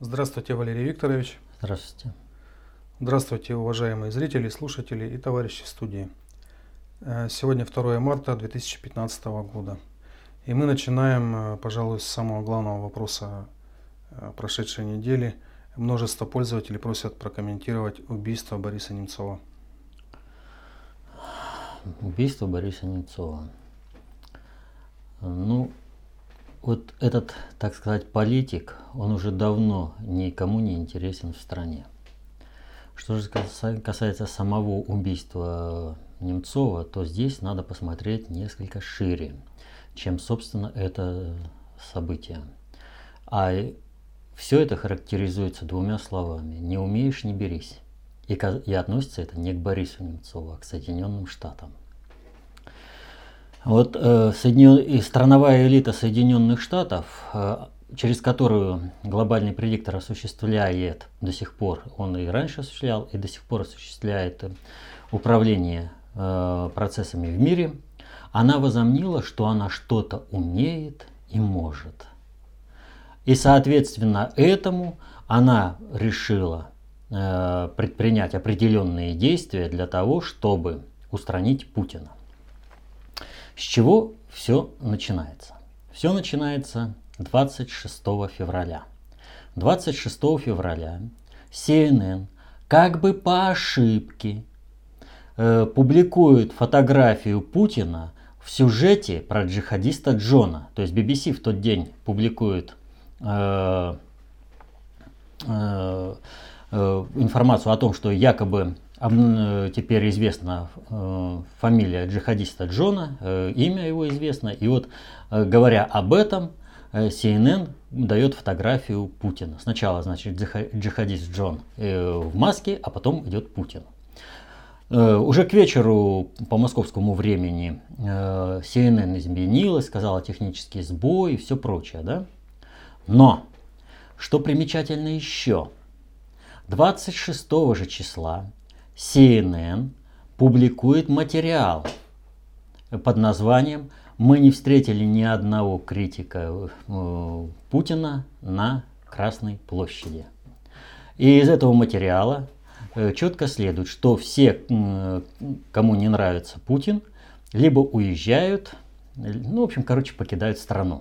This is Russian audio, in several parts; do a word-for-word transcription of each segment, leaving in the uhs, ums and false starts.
Здравствуйте, Валерий Викторович. Здравствуйте. Здравствуйте, уважаемые зрители, слушатели и товарищи студии. Сегодня второе марта две тысячи пятнадцатого года. И мы начинаем, пожалуй, с самого главного вопроса прошедшей недели. Множество пользователей просят прокомментировать убийство Бориса Немцова. Убийство Бориса Немцова. Ну, вот этот, так сказать, политик, он уже давно никому не интересен в стране. Что же касается самого убийства Немцова, то здесь надо посмотреть несколько шире, чем, собственно, это событие. А все это характеризуется двумя словами: не умеешь — не берись. И, и относится это не к Борису Немцову, а к Соединенным Штатам. Вот э, Соединен... страновая элита Соединенных Штатов, э, через которую глобальный предиктор осуществляет до сих пор, он и раньше осуществлял, и до сих пор осуществляет управление э, процессами в мире, она возомнила, что она что-то умеет и может. И, соответственно, этому она решила э, предпринять определенные действия для того, чтобы устранить Путина. С чего все начинается? Все начинается двадцать шестого февраля. двадцать шестого февраля си эн эн как бы по ошибке э, публикует фотографию Путина в сюжете про джихадиста Джона. То есть би би си в тот день публикует э, э, э, информацию о том, что якобы теперь известна э, фамилия джихадиста Джона, э, имя его известно. И вот, э, говоря об этом, э, си эн эн дает фотографию Путина. Сначала, значит, джихадист Джон э, в маске, а потом идет Путин. Э, уже к вечеру по московскому времени э, си эн эн изменилась, сказала технический сбой и все прочее. Да? Но, что примечательно еще, двадцать шестого же числа си эн эн публикует материал под названием «Мы не встретили ни одного критика э, Путина на Красной площади». И из этого материала э, четко следует, что все, э, кому не нравится Путин, либо уезжают, ну, в общем, короче, покидают страну.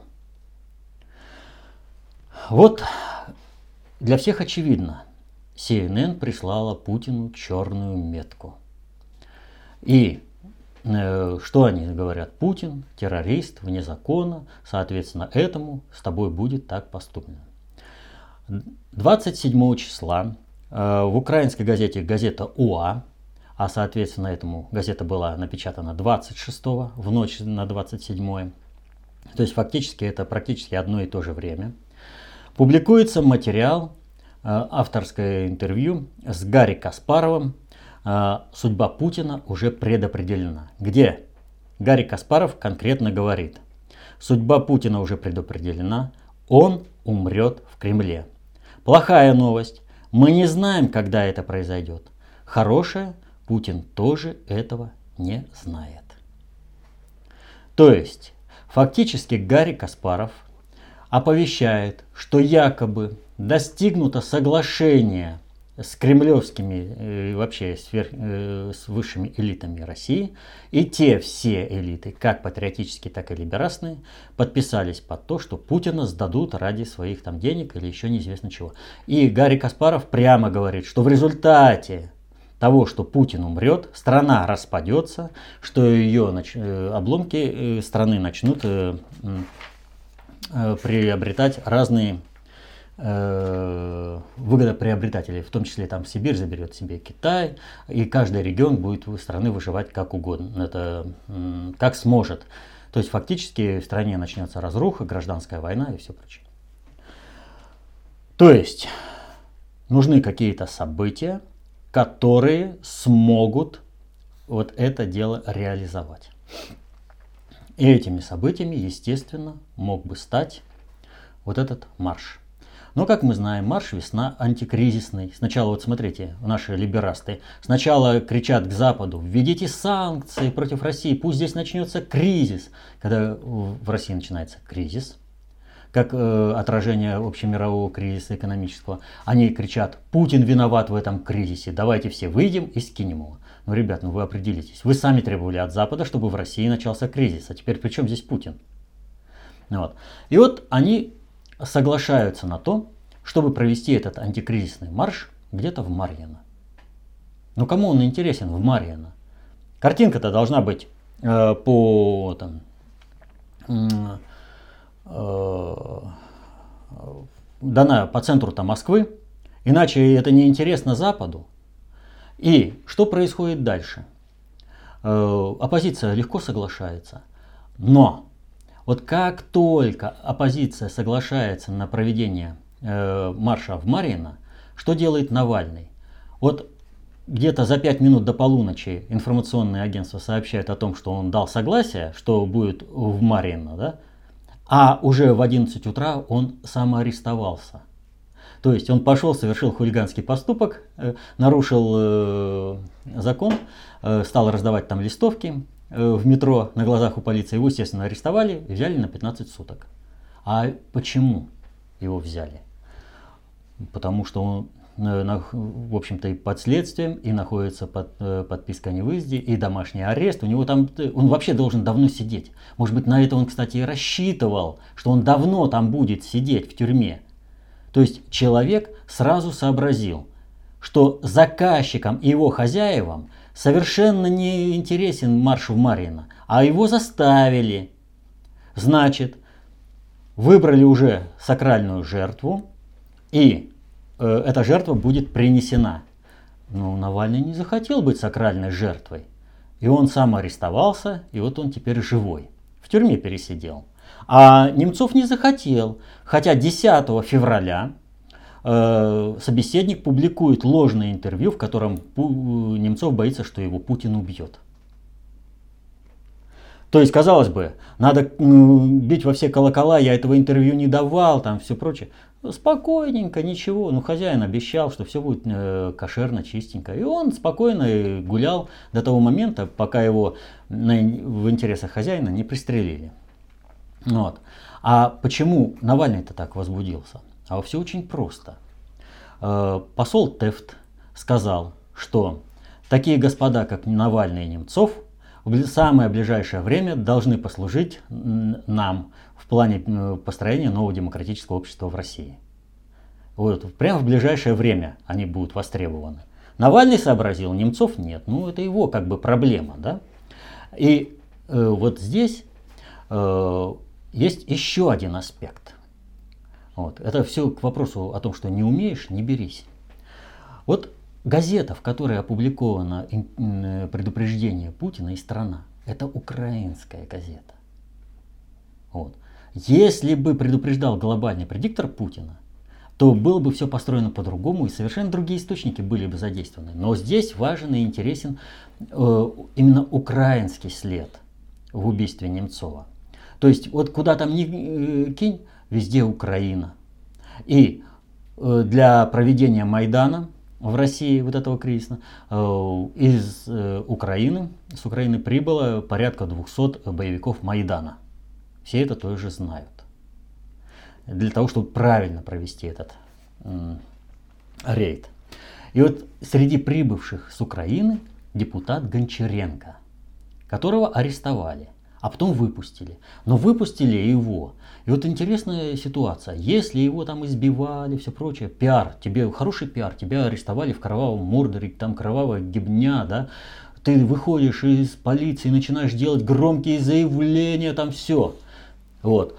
Вот для всех очевидно. си эн эн прислала Путину черную метку. И э, что они говорят? Путин террорист, вне закона, соответственно, этому с тобой будет так поступлено. двадцать седьмого числа э, в украинской газете газета УА, а соответственно этому газета была напечатана двадцать шестого, в ночь на двадцать седьмое, то есть фактически это практически одно и то же время, публикуется материал, авторское интервью с Гарри Каспаровым «Судьба Путина уже предопределена», где Гарри Каспаров конкретно говорит: судьба Путина уже предопределена, он умрет в Кремле. Плохая новость: мы не знаем, когда это произойдет. Хорошая: Путин тоже этого не знает. То есть фактически Гарри Каспаров оповещает, что якобы достигнуто соглашение с кремлевскими и вообще с, верх, с высшими элитами России, и те все элиты, как патриотические, так и либерастные, подписались под то, что Путина сдадут ради своих там денег или еще неизвестно чего. И Гарри Каспаров прямо говорит, что в результате того, что Путин умрет, страна распадется, что ее нач... обломки страны начнут приобретать разные выгодоприобретателей, в том числе там Сибирь заберет себе Китай, и каждый регион будет в страны выживать как угодно, это как сможет. То есть фактически в стране начнется разруха, гражданская война и все прочее. То есть нужны какие-то события, которые смогут вот это дело реализовать. И этими событиями, естественно, мог бы стать вот этот марш. Но, как мы знаем, марш «Весна» антикризисный. Сначала, вот смотрите, наши либерасты сначала кричат к Западу: введите санкции против России, пусть здесь начнется кризис. Когда в России начинается кризис, как э, отражение общемирового кризиса экономического. Они кричат: Путин виноват в этом кризисе, давайте все выйдем и скинем его. Ну, ребят, ну вы определитесь. Вы сами требовали от Запада, чтобы в России начался кризис. А теперь при чем здесь Путин? Вот. И вот они соглашаются на то, чтобы провести этот антикризисный марш где-то в Марьино. Ну, кому он интересен в Марьино? Картинка-то должна быть э, по... Там, э, э, дана по центру-то Москвы, иначе это не интересно Западу. И что происходит дальше? Э, оппозиция легко соглашается, но вот как только оппозиция соглашается на проведение э, марша в Марьино, что делает Навальный? Вот где-то за пять минут до полуночи информационные агентства сообщают о том, что он дал согласие, что будет в Марьино, да? А уже в одиннадцать утра он самоарестовался. То есть он пошел, совершил хулиганский поступок, э, нарушил э, закон, э, стал раздавать там листовки э, в метро на глазах у полиции. Его, естественно, арестовали и взяли на пятнадцать суток. А почему его взяли? Потому что он, э, в общем-то, и под следствием, и находится под э, подпиской о невыезде, и домашний арест. У него там, он вообще должен давно сидеть. Может быть, на это он, кстати, и рассчитывал, что он давно там будет сидеть в тюрьме. То есть человек сразу сообразил, что заказчикам и его хозяевам совершенно не интересен марш в Марьино, а его заставили. Значит, выбрали уже сакральную жертву, и э, эта жертва будет принесена. Но Навальный не захотел быть сакральной жертвой. И он сам арестовался, и вот он теперь живой. В тюрьме пересидел. А Немцов не захотел, хотя десятого февраля э, собеседник публикует ложное интервью, в котором Пу- Немцов боится, что его Путин убьет. То есть, казалось бы, надо э, бить во все колокола, я этого интервью не давал, там все прочее. Спокойненько, ничего, ну хозяин обещал, что все будет э, кошерно, чистенько. И он спокойно гулял до того момента, пока его на, в интересах хозяина не пристрелили. Вот. А почему Навальный-то так возбудился? А все очень просто. Посол Тефт сказал, что такие господа, как Навальный и Немцов, в самое ближайшее время должны послужить нам в плане построения нового демократического общества в России. Вот, прямо в ближайшее время они будут востребованы. Навальный сообразил, Немцов нет. Ну, это его как бы проблема, да? И э, вот здесь э, есть еще один аспект. Вот. Это все к вопросу о том, что не умеешь, не берись. Вот газета, в которой опубликовано предупреждение Путина и «Страна», это украинская газета. Вот. Если бы предупреждал глобальный предиктор Путина, то было бы все построено по-другому, и совершенно другие источники были бы задействованы. Но здесь важен и интересен э, именно украинский след в убийстве Немцова. То есть вот куда там ни э, кинь, везде Украина. И э, для проведения Майдана в России, вот этого кризиса, э, из э, Украины, с Украины прибыло порядка двухсот боевиков Майдана. Все это тоже знают. Для того, чтобы правильно провести этот э, рейд. И вот среди прибывших с Украины депутат Гончаренко, которого арестовали, а потом выпустили. Но выпустили его. И вот интересная ситуация. Если его там избивали, все прочее, пиар, тебе хороший пиар, тебя арестовали в кровавом Мордоре, там кровавая гибня, да, ты выходишь из полиции, начинаешь делать громкие заявления, там все. Вот.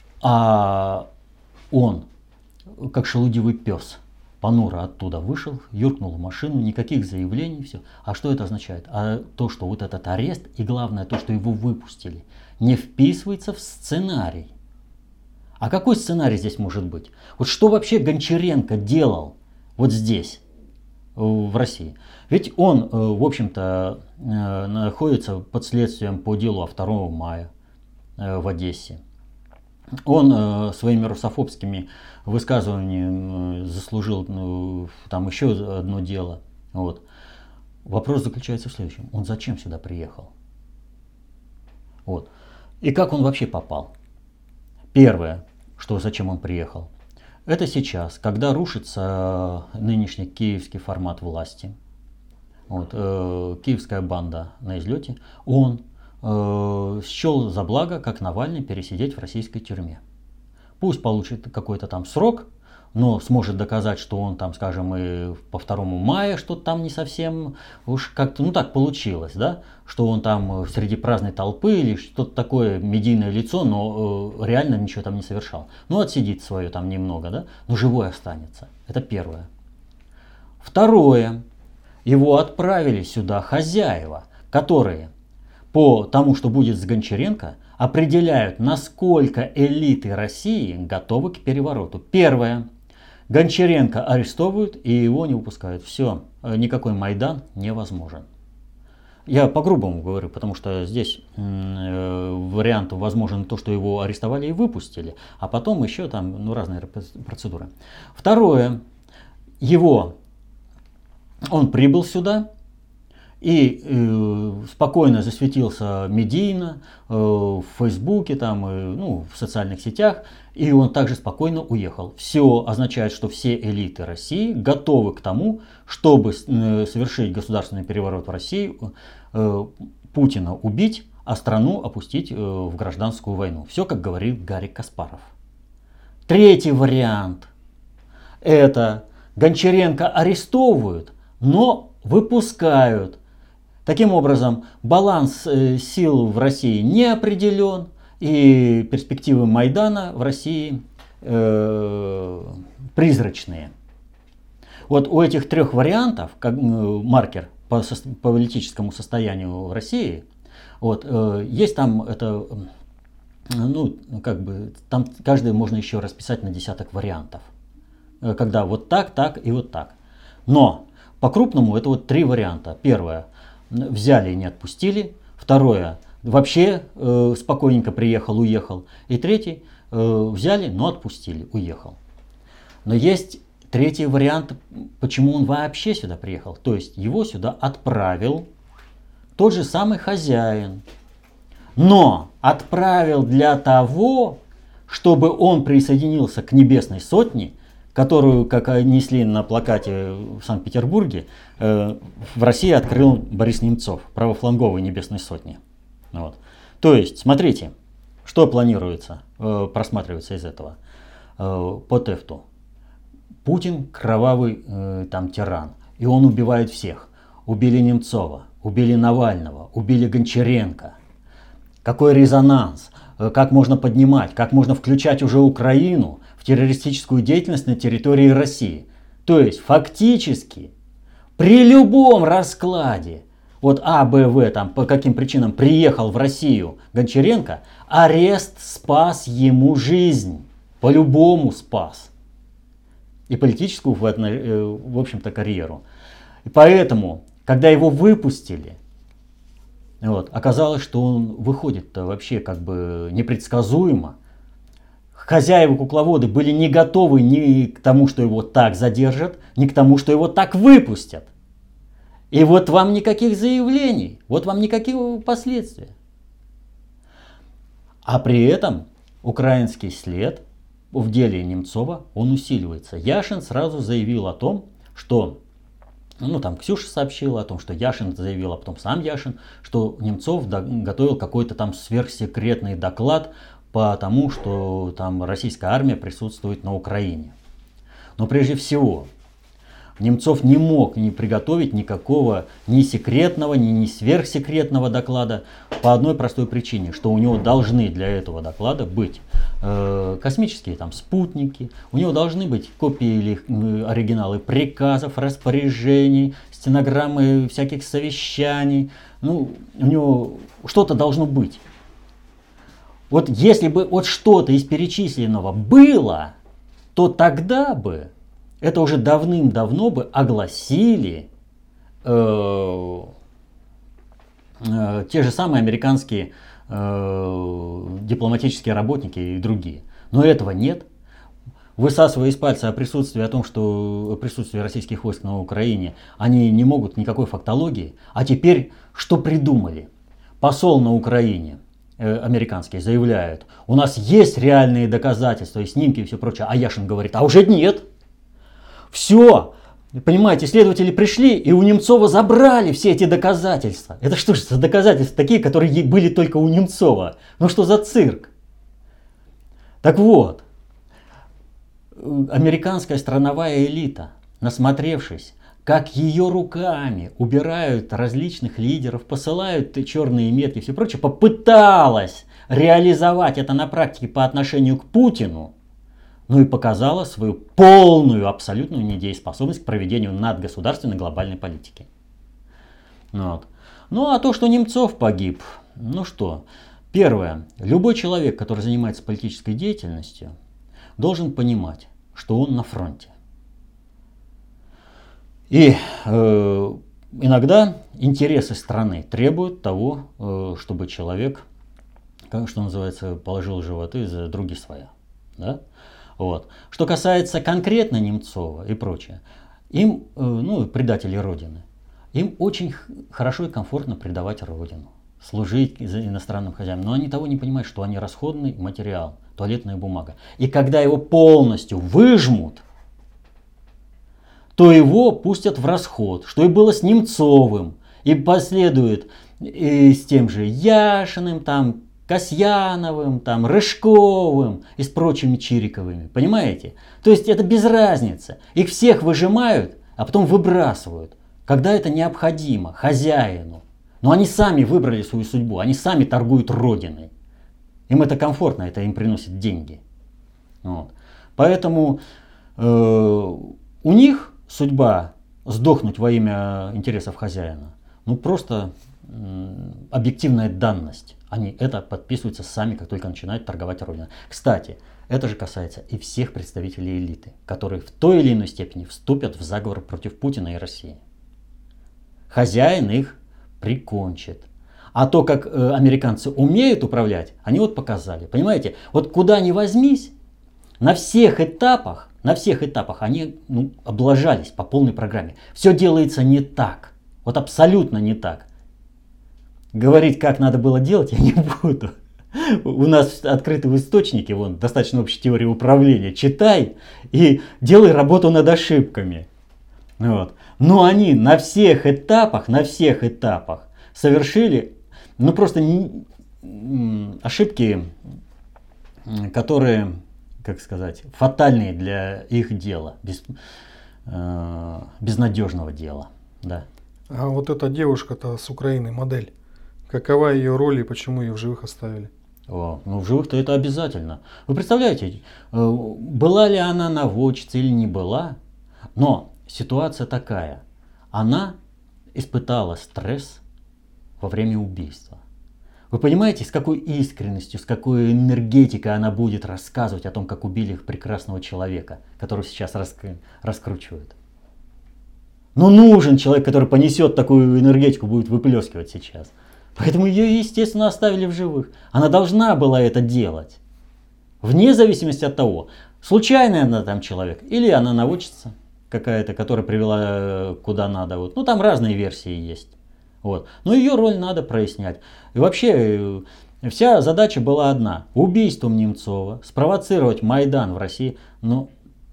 А он, как шелудивый пес, понуро оттуда вышел, юркнул в машину, никаких заявлений, все. А что это означает? А то, что вот этот арест, и главное то, что его выпустили, не вписывается в сценарий. А какой сценарий здесь может быть? Вот что вообще Гончаренко делал вот здесь, в России? Ведь он, в общем-то, находится под следствием по делу о второго мая в Одессе. Он э, своими русофобскими высказываниями заслужил ну, там еще одно дело. Вот. Вопрос заключается в следующем. Он зачем сюда приехал? Вот. И как он вообще попал? Первое. что зачем он приехал. Это сейчас, когда рушится нынешний киевский формат власти. Вот, э, киевская банда на излете. Он э, счел за благо, как Навальный, пересидеть в российской тюрьме. Пусть получит какой-то там срок, но сможет доказать, что он там, скажем, и по второму мая что-то там не совсем уж как-то, ну так получилось, да, что он там среди праздной толпы или что-то такое медийное лицо, но э, реально ничего там не совершал. Ну отсидит свое там немного, да, но живой останется. Это первое. Второе. Его отправили сюда хозяева, которые по тому, что будет с Гончаренко, определяют, насколько элиты России готовы к перевороту. Первое. Гончаренко арестовывают и его не выпускают. Все, никакой Майдан невозможен. Я по-грубому говорю, потому что здесь э, вариант возможен то, что его арестовали и выпустили, а потом еще там ну, разные процедуры. Второе. Его, он прибыл сюда и э, спокойно засветился медийно, э, в Фейсбуке, там, э, ну, в социальных сетях, и он также спокойно уехал. Все означает, что все элиты России готовы к тому, чтобы э, совершить государственный переворот в России, э, Путина убить, а страну опустить э, в гражданскую войну. Все, как говорит Гарри Каспаров. Третий вариант. Это Гончаренко арестовывают, но выпускают. Таким образом, баланс э, сил в России не определен, и перспективы Майдана в России э, призрачные. Вот у этих трех вариантов, как э, маркер по, со, по политическому состоянию России, вот, э, есть там это, ну, как бы, там каждый можно еще расписать на десяток вариантов. Э, когда вот так, так и вот так. Но по-крупному это вот три варианта. Первое. Взяли и не отпустили. Второе. Вообще э, спокойненько приехал, уехал. И третий. Э, взяли, но отпустили, уехал. Но есть третий вариант, почему он вообще сюда приехал. То есть его сюда отправил тот же самый хозяин. Но отправил для того, чтобы он присоединился к Небесной Сотне, которую, как несли на плакате в Санкт-Петербурге, э, в России открыл Борис Немцов, правофланговой Небесной Сотни. Вот. То есть, смотрите, что планируется, э, просматривается из этого э, по Тефту. Путин кровавый э, там тиран, и он убивает всех. Убили Немцова, убили Навального, убили Гончаренко. Какой резонанс, э, как можно поднимать, как можно включать уже Украину в террористическую деятельность на территории России. То есть фактически при любом раскладе, вот А, Б, В, там по каким причинам приехал в Россию Гончаренко, арест спас ему жизнь. По-любому спас. И политическую, в общем-то, карьеру. И поэтому, когда его выпустили, вот, оказалось, что он выходит-то вообще как бы непредсказуемо. Хозяева кукловоды были не готовы ни к тому, что его так задержат, ни к тому, что его так выпустят. И вот вам никаких заявлений, вот вам никаких последствий. А при этом украинский след в деле Немцова, он усиливается. Яшин сразу заявил о том, что, ну там Ксюша сообщила о том, что Яшин заявил, а потом сам Яшин, что Немцов готовил какой-то там сверхсекретный доклад по тому, что там российская армия присутствует на Украине. Но прежде всего, Немцов не мог не приготовить никакого ни секретного, ни, ни сверхсекретного доклада по одной простой причине, что у него должны для этого доклада быть э, космические там спутники, у него должны быть копии или э, оригиналы приказов, распоряжений, стенограммы всяких совещаний, ну, у него что-то должно быть. Вот если бы вот что-то из перечисленного было, то тогда бы это уже давным-давно бы огласили э, э, те же самые американские э, дипломатические работники и другие. Но этого нет. Высасывая из пальца о присутствии, о том, что о присутствии российских войск на Украине, они не могут никакой фактологии. А теперь что придумали? Посол на Украине э, американские заявляют, у нас есть реальные доказательства и снимки и все прочее, а Яшин говорит, а уже нет. Все. Понимаете, следователи пришли и у Немцова забрали все эти доказательства. Это что же за доказательства такие, которые были только у Немцова? Ну что за цирк? Так вот, американская страновая элита, насмотревшись, как ее руками убирают различных лидеров, посылают черные метки и все прочее, попыталась реализовать это на практике по отношению к Путину, ну и показала свою полную, абсолютную недееспособность к проведению надгосударственной глобальной политики. Вот. Ну а то, что Немцов погиб, ну что, первое, любой человек, который занимается политической деятельностью, должен понимать, что он на фронте. И э, иногда интересы страны требуют того, э, чтобы человек, как что называется, положил животы за други своя. Да? Вот. Что касается конкретно Немцова и прочее, им, э, ну, предатели Родины, им очень хорошо и комфортно предавать Родину, служить за иностранным хозяевам. Но они того не понимают, что они расходный материал, туалетная бумага. И когда его полностью выжмут, то его пустят в расход, что и было с Немцовым. И последует и с тем же Яшиным, там, Касьяновым, там, Рыжковым и с прочими Чириковыми. Понимаете? То есть это без разницы. Их всех выжимают, а потом выбрасывают, когда это необходимо хозяину. Но они сами выбрали свою судьбу, они сами торгуют Родиной. Им это комфортно, это им приносит деньги. Вот. Поэтому э, у них судьба сдохнуть во имя интересов хозяина, ну просто э, объективная данность. Они это подписываются сами, как только начинают торговать Родиной. Кстати, это же касается и всех представителей элиты, которые в той или иной степени вступят в заговор против Путина и России. Хозяин их прикончит. А то, как э, американцы умеют управлять, они вот показали. Понимаете, вот куда ни возьмись, на всех этапах, на всех этапах они ну, облажались по полной программе. Все делается не так. Вот абсолютно не так. Говорить, как надо было делать, я не буду. У нас открыты источники, вон, достаточно общей теории управления. Читай и делай работу над ошибками. Вот. Но они на всех этапах, на всех этапах совершили ну, просто не, ошибки, которые, как сказать, фатальные для их дела, без, э, безнадежного дела. Да. А вот эта девушка-то с Украины, модель, какова ее роль и почему ее в живых оставили? О, ну в живых-то это обязательно. Вы представляете, была ли она наводчицей или не была, но ситуация такая. Она испытала стресс во время убийства. Вы понимаете, с какой искренностью, с какой энергетикой она будет рассказывать о том, как убили их прекрасного человека, которого сейчас раск... раскручивают. Ну нужен человек, который понесет такую энергетику, будет выплескивать сейчас. Поэтому ее, естественно, оставили в живых. Она должна была это делать. Вне зависимости от того, случайная она там человек или она наводчица какая-то, которая привела куда надо. Вот. Ну там разные версии есть. Вот. Но ее роль надо прояснять. И вообще вся задача была одна. Убийством Немцова спровоцировать Майдан в России. Ну,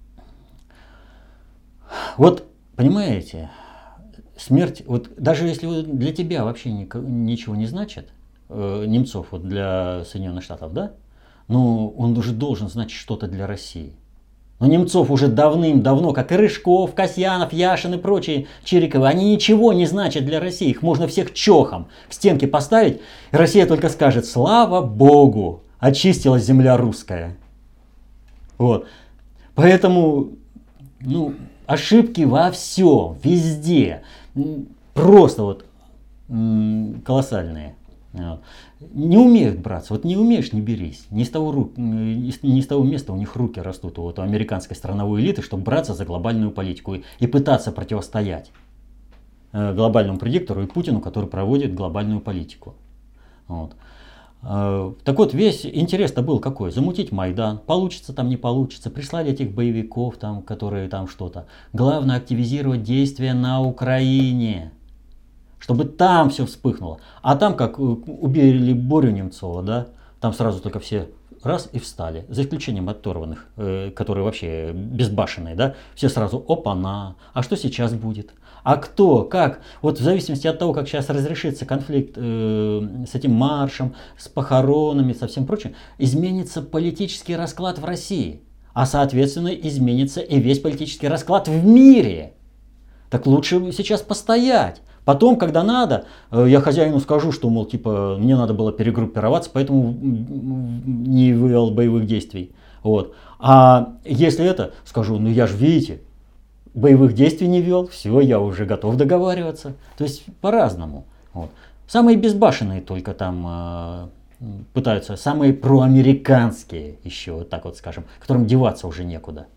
вот понимаете, смерть, вот даже если для тебя вообще ни, ничего не значит, э, Немцов вот для Соединенных Штатов, да? Ну, он уже должен значить что-то для России. Но Немцов уже давным-давно, как и Рыжков, Касьянов, Яшин и прочие Чириковы, они ничего не значат для России. Их можно всех чохом к стенке поставить, и Россия только скажет: слава Богу, очистилась земля русская. Вот. Поэтому, ну, ошибки во всем, везде. Просто вот колоссальные. Не умеют браться. Вот не умеешь, не берись. Не с того, ру... не с того места у них руки растут, вот, у американской страновой элиты, чтобы браться за глобальную политику и, и пытаться противостоять э, глобальному предиктору и Путину, который проводит глобальную политику. Вот. Э, так вот, весь интерес-то был какой? Замутить Майдан. Получится там, не получится. Прислали этих боевиков, там, которые там что-то. Главное активизировать действия на Украине, чтобы там все вспыхнуло. А там, как убили Борю Немцова, да, там сразу только все раз и встали, за исключением оторванных, э, которые вообще безбашенные, да, все сразу опа-на, а что сейчас будет? А кто, как? Вот в зависимости от того, как сейчас разрешится конфликт э, с этим маршем, с похоронами, со всем прочим, изменится политический расклад в России. А соответственно изменится и весь политический расклад в мире. Так лучше сейчас постоять. Потом, когда надо, я хозяину скажу, что, мол, типа, мне надо было перегруппироваться, поэтому не вывел боевых действий. Вот. А если это, скажу, ну я же, видите, боевых действий не вел, все, я уже готов договариваться. То есть по-разному. Вот. Самые безбашенные только там э, пытаются, самые проамериканские еще, вот так вот скажем, которым деваться уже некуда.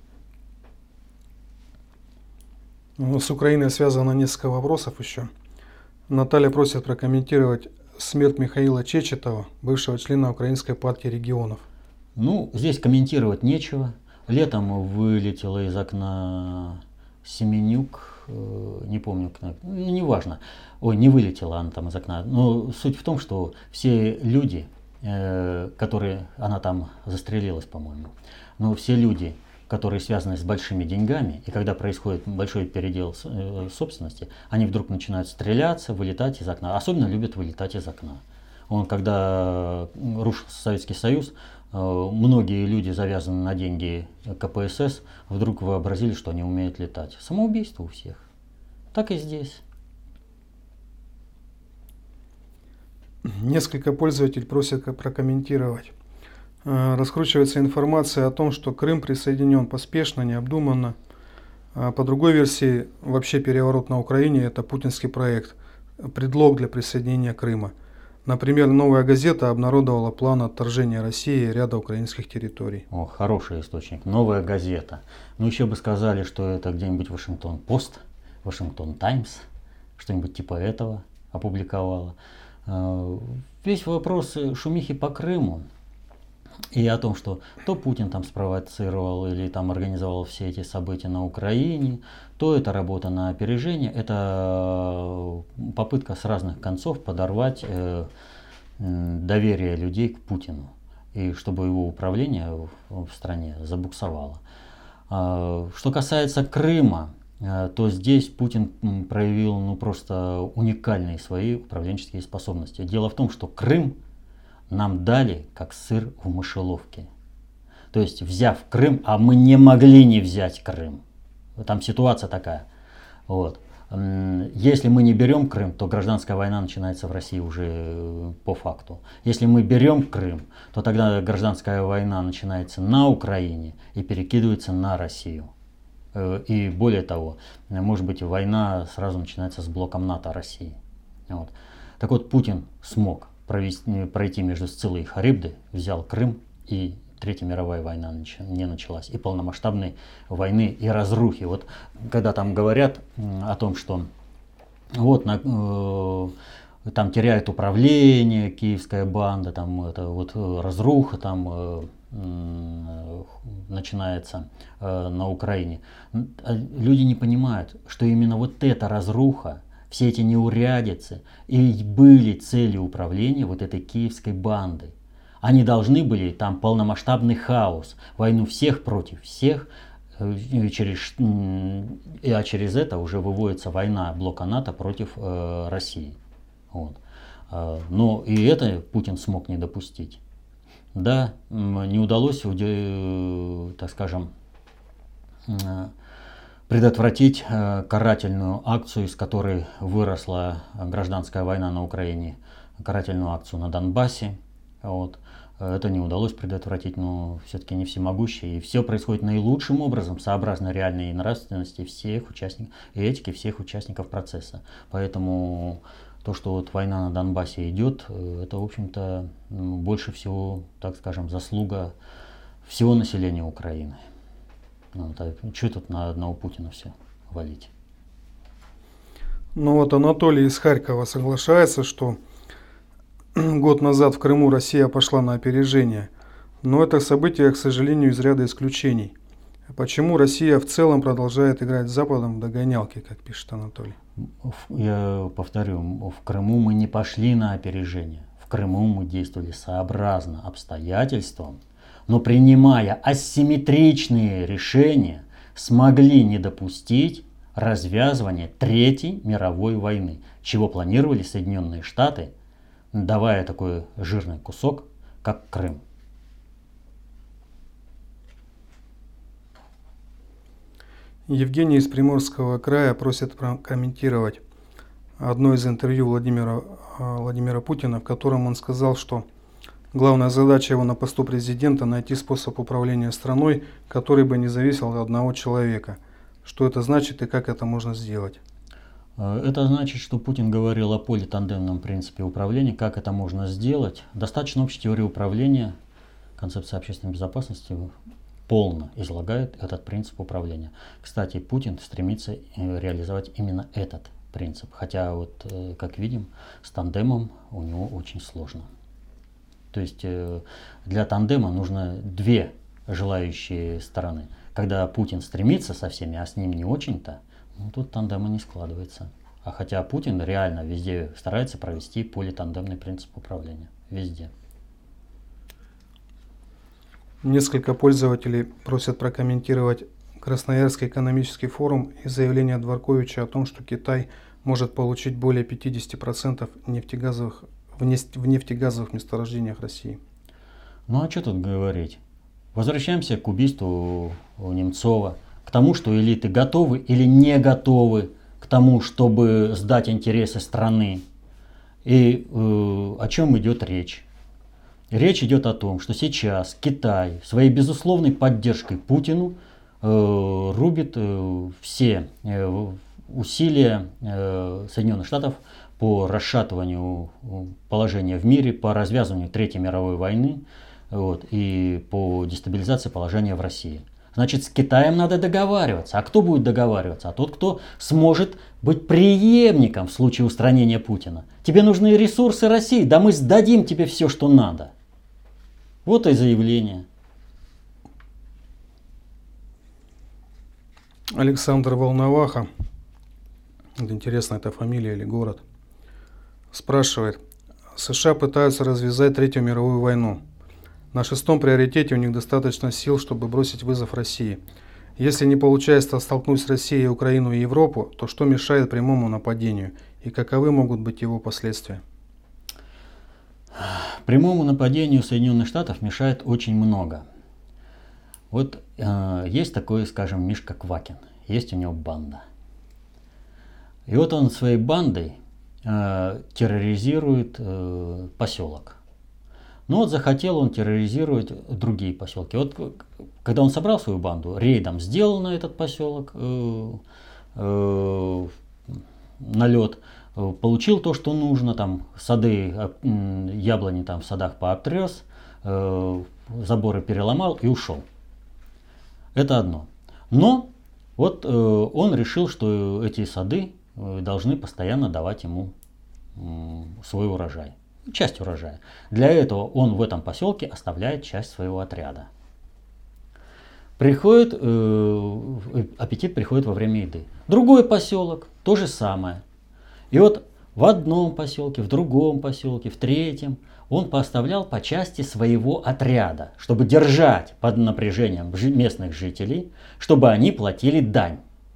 С Украиной связано несколько вопросов еще. Наталья просит прокомментировать смерть Михаила Чечетова, бывшего члена Украинской партии регионов. Ну, здесь комментировать нечего. Летом вылетела из окна Семенюк, э, не помню, ну, неважно. Ой, не вылетела она там из окна. Но суть в том, что все люди, э, которые, она там застрелилась, по-моему, но все люди, которые связаны с большими деньгами, и когда происходит большой передел собственности, они вдруг начинают стреляться, вылетать из окна. Особенно любят вылетать из окна. Он, когда рушился Советский Союз, многие люди, завязанные на деньги ка пэ эс эс, вдруг вообразили, что они умеют летать. Самоубийство у всех. Так и здесь. Несколько пользователей просят прокомментировать. Раскручивается информация о том, что Крым присоединен поспешно, необдуманно. По другой версии, вообще переворот на Украине – это путинский проект, предлог для присоединения Крыма. Например, «Новая газета» обнародовала план отторжения России и ряда украинских территорий. О, хороший источник. «Новая газета». Ну, еще бы сказали, что это где-нибудь Вашингтон-Пост, Вашингтон-Таймс, что-нибудь типа этого опубликовала. Весь вопрос шумихи по Крыму и о том, что то Путин там спровоцировал или там организовал все эти события на Украине, то это работа на опережение, это попытка с разных концов подорвать э, доверие людей к Путину, и чтобы его управление в, в стране забуксовало. А, что касается Крыма, э, то здесь Путин проявил ну, просто уникальные свои управленческие способности. Дело в том, что Крым нам дали как сыр в мышеловке. То есть, взяв Крым, а мы не могли не взять Крым. Там ситуация такая. Вот. Если мы не берем Крым, то гражданская война начинается в России уже по факту. Если мы берем Крым, то тогда гражданская война начинается на Украине и перекидывается на Россию. И более того, может быть, война сразу начинается с блоком НАТО России. Вот. Так вот, Путин смог провести, пройти между Сциллой и Харибдой, взял Крым, и Третья мировая война не началась. И полномасштабной войны и разрухи. Вот когда там говорят о том, что вот на, э, там теряет управление киевская банда, там это вот разруха там э, э, начинается э, на Украине. Люди не понимают, что именно вот эта разруха, все эти неурядицы и были целью управления вот этой киевской бандой. Они должны были там полномасштабный хаос, войну всех против всех, и через, а через это уже выводится война блока НАТО против э, России. Вот. Но и это Путин смог не допустить. Да, не удалось, так скажем, предотвратить карательную акцию, из которой выросла гражданская война на Украине, карательную акцию на Донбассе. Вот. Это не удалось предотвратить, но все-таки не всемогущие. И все происходит наилучшим образом, сообразно реальной нравственности всех участников и этики всех участников процесса. Поэтому то, что вот война на Донбассе идет, это, в общем-то, больше всего, так скажем, заслуга всего населения Украины. Вот, а что тут на одного Путина все валить? Ну вот Анатолий из Харькова соглашается, что год назад в Крыму Россия пошла на опережение, но это событие, к сожалению, из ряда исключений. Почему Россия в целом продолжает играть с Западом в догонялки, как пишет Анатолий? Я повторю, в Крыму мы не пошли на опережение. В Крыму мы действовали сообразно обстоятельствам, но принимая асимметричные решения, смогли не допустить развязывания Третьей мировой войны, чего планировали Соединенные Штаты, давая такой жирный кусок, как Крым. Евгений из Приморского края просит прокомментировать одно из интервью Владимира, Владимира Путина, в котором он сказал, что главная задача его на посту президента – найти способ управления страной, который бы не зависел от одного человека. Что это значит и как это можно сделать? Это значит, что Путин говорил о политандемном принципе управления. Как это можно сделать? Достаточно общей теории управления, концепция общественной безопасности полно излагает этот принцип управления. Кстати, Путин стремится реализовать именно этот принцип. Хотя, вот, как видим, с тандемом у него очень сложно. То есть для тандема нужно две желающие стороны. Когда Путин стремится со всеми, а с ним не очень-то, ну, тут тандема не складывается. А хотя Путин реально везде старается провести политандемный принцип управления. Везде. Несколько пользователей просят прокомментировать Красноярский экономический форум и заявление Дворковича о том, что Китай может получить более пятидесяти процентов нефтегазовых, в, нефть, в нефтегазовых месторождениях России. Ну а что тут говорить? Возвращаемся к убийству Немцова, к тому, что элиты готовы или не готовы к тому, чтобы сдать интересы страны. И э, о чем идет речь? Речь идет о том, что сейчас Китай своей безусловной поддержкой Путину э, рубит э, все э, усилия э, Соединенных Штатов по расшатыванию положения в мире, по развязыванию Третьей мировой войны, вот, и по дестабилизации положения в России. Значит, с Китаем надо договариваться. А кто будет договариваться? А тот, кто сможет быть преемником в случае устранения Путина. Тебе нужны ресурсы России, да мы сдадим тебе все, что надо. Вот и заявление. Александр Волноваха, интересно, это фамилия или город, спрашивает: США пытаются развязать Третью мировую войну. На шестом приоритете у них достаточно сил, чтобы бросить вызов России. Если не получается столкнуть с Россией Украину и Европу, то что мешает прямому нападению и каковы могут быть его последствия? Прямому нападению Соединенных Штатов мешает очень много. Вот э, есть такой, скажем, Мишка Квакин, есть у него банда. И вот он своей бандой э, терроризирует э, поселок. Ну вот захотел он терроризировать другие поселки. Вот когда он собрал свою банду, рейдом сделал на этот поселок э, э, налет, получил то, что нужно, там сады, яблони там в садах пообтрес, э, заборы переломал и ушел. Это одно. Но вот э, он решил, что эти сады должны постоянно давать ему э, свой урожай. Часть урожая. Для этого он в этом поселке оставляет часть своего отряда. Приходит, э, аппетит приходит во время еды. Другой поселок, то же самое. И вот в одном поселке, в другом поселке, в третьем он поставлял по части своего отряда, чтобы держать под напряжением местных жителей, чтобы они платили дань.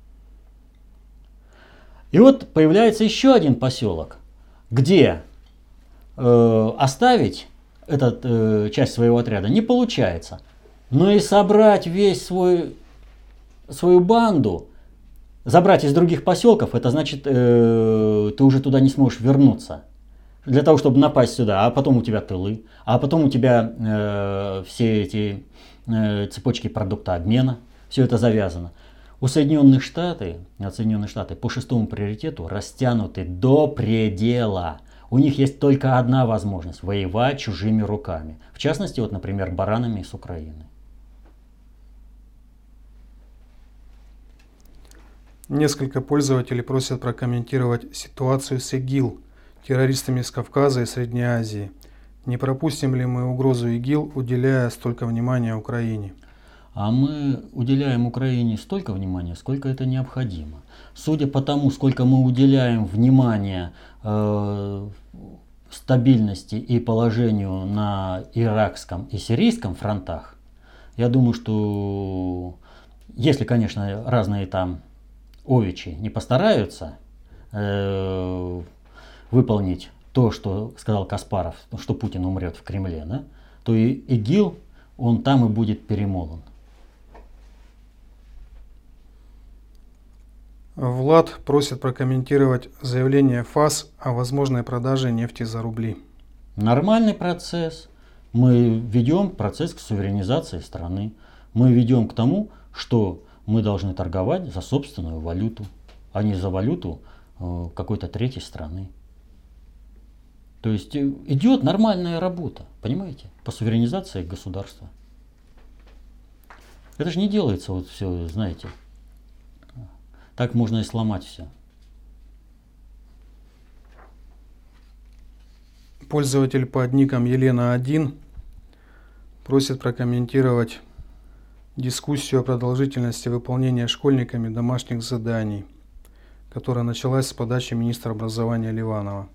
И вот появляется еще один поселок, где э, оставить эту э, часть своего отряда не получается, но и собрать весь свой, свою банду, забрать из других поселков, это значит, э, ты уже туда не сможешь вернуться. Для того, чтобы напасть сюда, а потом у тебя тылы, а потом у тебя э, все эти э, цепочки продукта обмена, все это завязано. У Соединенных Штатов, Соединенные Штаты по шестому приоритету растянуты до предела. У них есть только одна возможность – воевать чужими руками. В частности, вот, например, баранами с Украины. Несколько пользователей просят прокомментировать ситуацию с ИГИЛ, террористами из Кавказа и Средней Азии. Не пропустим ли мы угрозу ИГИЛ, уделяя столько внимания Украине? А мы уделяем Украине столько внимания, сколько это необходимо. Судя по тому, сколько мы уделяем внимания э, стабильности и положению на иракском и сирийском фронтах, я думаю, что если, конечно, разные там овечи не постараются э, выполнить то, что сказал Каспаров, что Путин умрет в Кремле, да, то и ИГИЛ, он там и будет перемолон. Влад просит прокомментировать заявление ФАС о возможной продаже нефти за рубли. Нормальный процесс. Мы ведем процесс к суверенизации страны. Мы ведем к тому, что мы должны торговать за собственную валюту, а не за валюту э, какой-то третьей страны. То есть идет нормальная работа, понимаете, по суверенизации государства. Это же не делается вот все, знаете. Так можно и сломать все. Пользователь под ником Елена один просит прокомментировать дискуссию о продолжительности выполнения школьниками домашних заданий, которая началась с подачи министра образования Ливанова.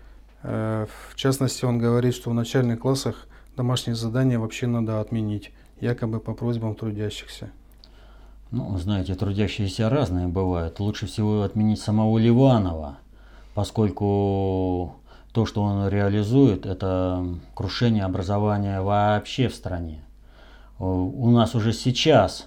В частности, он говорит, что в начальных классах домашние задания вообще надо отменить, якобы по просьбам трудящихся. Ну, знаете, трудящиеся разные бывают. Лучше всего отменить самого Ливанова, поскольку то, что он реализует, это крушение образования вообще в стране. У нас уже сейчас,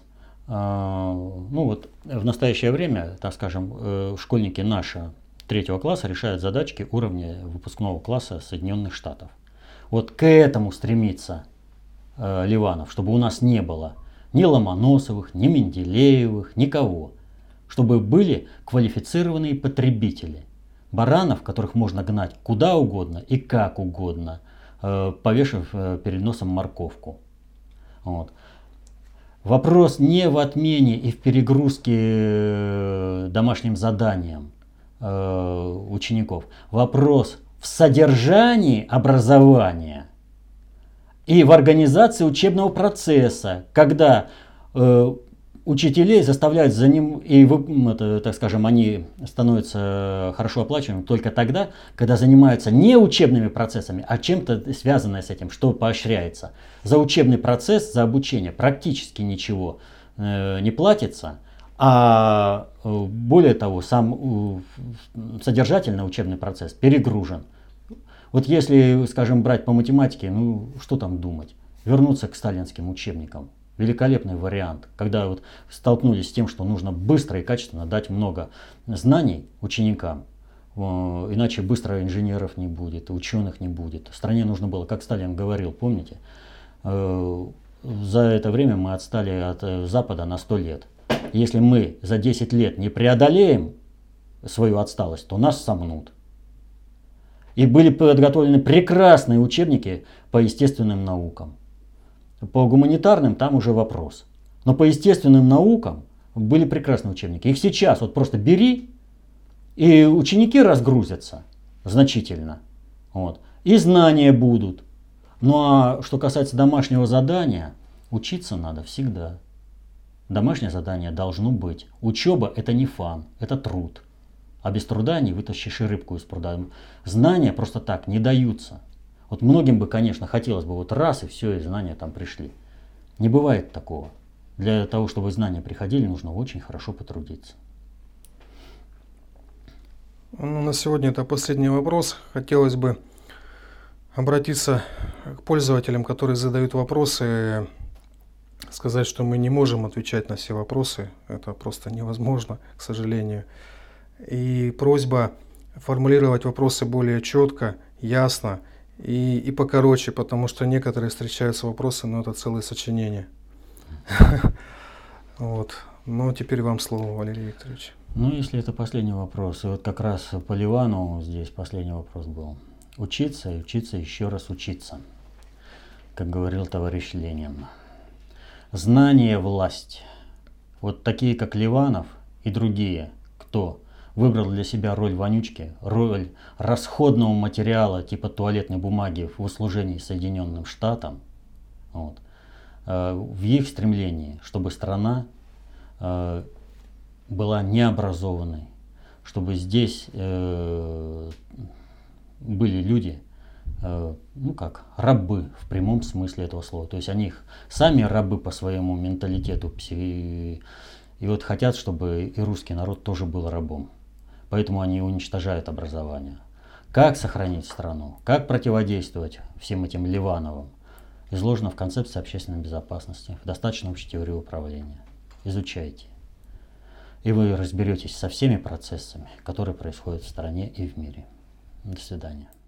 ну вот в настоящее время, так скажем, школьники наши третьего класса решают задачки уровня выпускного класса Соединенных Штатов. Вот к этому стремится Ливанов, чтобы у нас не было ни Ломоносовых, ни Менделеевых, никого. Чтобы были квалифицированные потребители. Баранов, которых можно гнать куда угодно и как угодно, повешав перед носом морковку. Вот. Вопрос не в отмене и в перегрузке домашним заданием учеников. Вопрос в содержании образования и в организации учебного процесса, когда э, учителей заставляют за ним, и, это, так скажем, они становятся хорошо оплачиваемыми только тогда, когда занимаются не учебными процессами, а чем-то связанное с этим, что поощряется. За учебный процесс, за обучение практически ничего э, не платится, а э, более того, сам э, содержательный учебный процесс перегружен. Вот если, скажем, брать по математике, ну что там думать? Вернуться к сталинским учебникам. Великолепный вариант, когда вот столкнулись с тем, что нужно быстро и качественно дать много знаний ученикам, иначе быстро инженеров не будет, ученых не будет. В стране нужно было, как Сталин говорил, помните, за это время мы отстали от Запада на сто лет. Если мы за десять лет не преодолеем свою отсталость, то нас сомнут. И были подготовлены прекрасные учебники по естественным наукам. По гуманитарным там уже вопрос. Но по естественным наукам были прекрасные учебники. Их сейчас вот просто бери, и ученики разгрузятся значительно. Вот. И знания будут. Ну а что касается домашнего задания, учиться надо всегда. Домашнее задание должно быть. Учеба это не фан, это труд. А без труда не вытащишь и рыбку из пруда. Знания просто так не даются. Вот многим бы, конечно, хотелось бы вот раз и все, и знания там пришли. Не бывает такого. Для того, чтобы знания приходили, нужно очень хорошо потрудиться. Ну, на сегодня это последний вопрос. Хотелось бы обратиться к пользователям, которые задают вопросы, сказать, что мы не можем отвечать на все вопросы. Это просто невозможно, к сожалению. И просьба формулировать вопросы более четко, ясно и, и покороче, потому что некоторые встречаются вопросы, но это целое сочинение. Вот. Ну, теперь вам слово, Валерий Викторович. Ну, если это последний вопрос, и вот как раз по Ливану здесь последний вопрос был. Учиться и учиться, еще раз учиться, как говорил товарищ Ленин. Знание – власть. Вот такие, как Ливанов и другие, кто выбрал для себя роль вонючки, роль расходного материала типа туалетной бумаги в услужении Соединенным Штатам, вот, в их стремлении, чтобы страна была необразованной, чтобы здесь были люди, ну как, рабы в прямом смысле этого слова. То есть они сами рабы по своему менталитету. И вот хотят, чтобы и русский народ тоже был рабом. Поэтому они уничтожают образование. Как сохранить страну, как противодействовать всем этим Ливановым, изложено в концепции общественной безопасности, в достаточно общей теории управления. Изучайте. И вы разберетесь со всеми процессами, которые происходят в стране и в мире. До свидания.